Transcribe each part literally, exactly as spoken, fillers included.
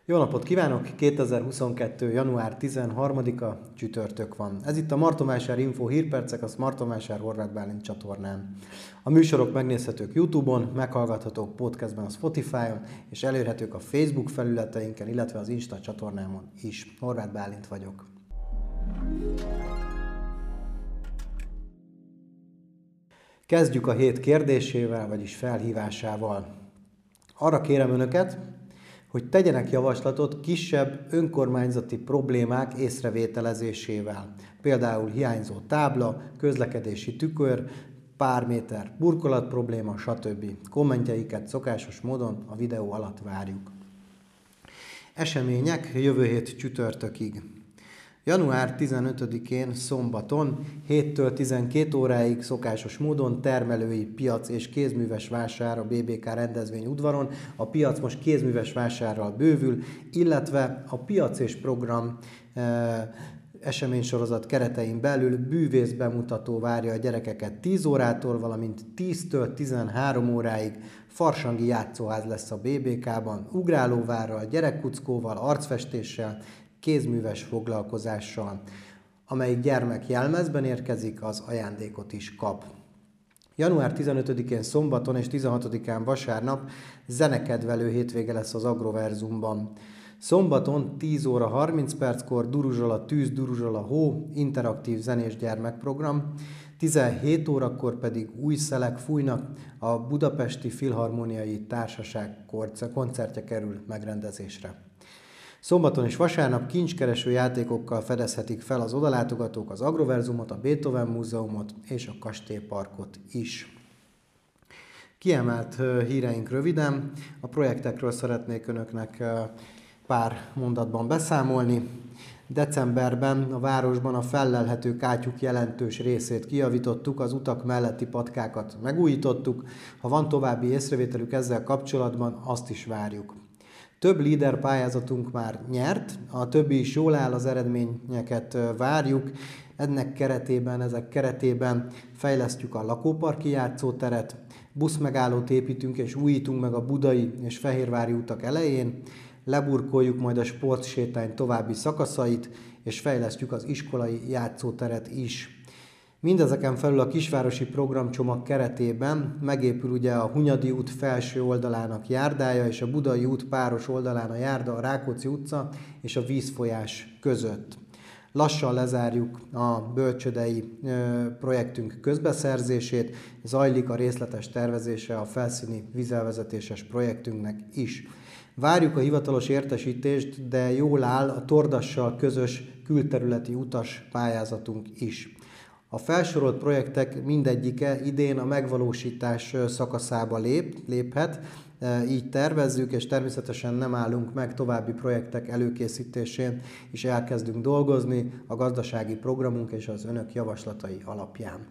Jó napot kívánok! kétezer-huszonkettő. január tizenharmadika csütörtök van. Ez itt a Martonvásár Info hírpercek, a Martonvásár Horváth Bálint csatornán. A műsorok megnézhetők YouTube-on, meghallgathatók podcastben a Spotify-on, és elérhetők a Facebook felületeinken, illetve az Insta csatornámon is. Horváth Bálint vagyok. Kezdjük a hét kérdésével, vagyis felhívásával. Arra kérem Önöket, hogy tegyenek javaslatot kisebb önkormányzati problémák észrevételezésével. Például hiányzó tábla, közlekedési tükör, pár méter burkolat probléma, stb. Kommentjeiket szokásos módon a videó alatt várjuk. Események jövő hét csütörtökig. január tizenötödikén szombaton héttől tizenkét óráig szokásos módon termelői piac és kézműves vásár a bé bé ká rendezvény udvaron. A piac most kézműves vásárral bővül, illetve a piac és program e, eseménysorozat keretein belül bűvész bemutató várja a gyerekeket tíz órától, valamint tíztől tizenhárom óráig farsangi játszóház lesz a bé bé ká-ban, ugrálóvárral, gyerekkuckóval, arcfestéssel, kézműves foglalkozással. Amelyik gyermek jelmezben érkezik, az ajándékot is kap. január tizenötödikén szombaton és tizenhatodikán vasárnap zenekedvelő hétvége lesz az Agroverzumban. Szombaton tíz óra harminc perckor Duruzsola tűz, Duruzsola hó, interaktív zenés gyermekprogram, tizenhét órakor pedig Új szelek fújnak, a Budapesti Filharmoniai Társaság koncertje kerül megrendezésre. Szombaton és vasárnap kincskereső játékokkal fedezhetik fel az odalátogatók az Agroverzumot, a Beethoven Múzeumot és a Kastélyparkot is. Kiemelt híreink röviden, a projektekről szeretnék Önöknek pár mondatban beszámolni. Decemberben a városban a fellelhető kátyúk jelentős részét kijavítottuk, az utak melletti patkákat megújítottuk. Ha van további észrevételük ezzel kapcsolatban, azt is várjuk. Több líder pályázatunk már nyert, a többi is jól áll, az eredményeket várjuk. Ennek keretében, ezek keretében fejlesztjük a lakóparki játszóteret, buszmegállót építünk és újítunk meg a budai és fehérvári utak elején, leburkoljuk majd a sportsétány további szakaszait, és fejlesztjük az iskolai játszóteret is. Mindezeken felül a kisvárosi programcsomag keretében megépül ugye a Hunyadi út felső oldalának járdája és a Budai út páros oldalán a járda, a Rákóczi utca és a vízfolyás között. Lassan lezárjuk a bölcsődei projektünk közbeszerzését, zajlik a részletes tervezése a felszíni vízelvezetéses projektünknek is. Várjuk a hivatalos értesítést, de jól áll a Tordassal közös külterületi utas pályázatunk is. A felsorolt projektek mindegyike idén a megvalósítás szakaszába lép, léphet, így tervezzük, és természetesen nem állunk meg további projektek előkészítésén, és elkezdünk dolgozni a gazdasági programunk és az Önök javaslatai alapján.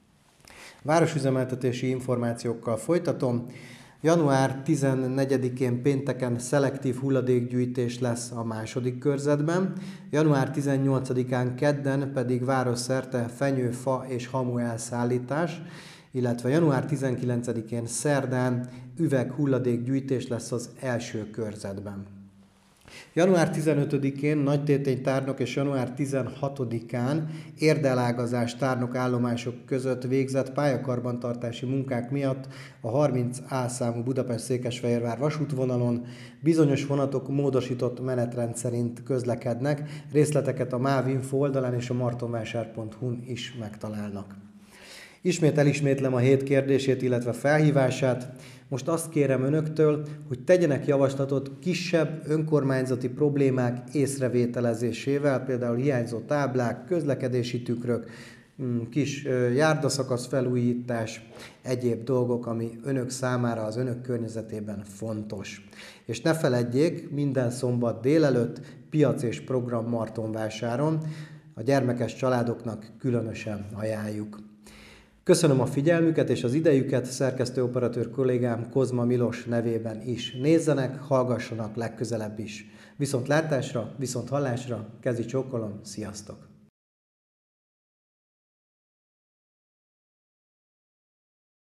Városüzemeltetési információkkal folytatom. január tizennegyedikén pénteken szelektív hulladékgyűjtés lesz a második körzetben, január tizennyolcadikán kedden pedig városszerte fenyő, fa és hamu elszállítás, illetve január tizenkilencedikén szerdán üveg hulladékgyűjtés lesz az első körzetben. január tizenötödikén Nagytétény tárnok és január tizenhatodikán érdelágazás tárnok állomások között végzett pályakarbantartási munkák miatt a harminc á számú Budapest-Székesfehérvár vasútvonalon bizonyos vonatok módosított menetrend szerint közlekednek. Részleteket a MÁV Info oldalán és a martonvásár pont hu-n is megtalálnak. Ismét elismétlem a hét kérdését, illetve felhívását. Most azt kérem Önöktől, hogy tegyenek javaslatot kisebb önkormányzati problémák észrevételezésével, például hiányzó táblák, közlekedési tükrök, kis járdaszakasz felújítás, egyéb dolgok, ami Önök számára az Önök környezetében fontos. És ne feledjék, minden szombat délelőtt piac és program Martonvásáron, a gyermekes családoknak különösen ajánljuk. Köszönöm a figyelmüket és az idejüket, szerkesztőoperatőr kollégám Kozma Milos nevében is. Nézzenek, hallgassanak legközelebb is. Viszont látásra, viszont hallásra, kezi csókolom, sziasztok!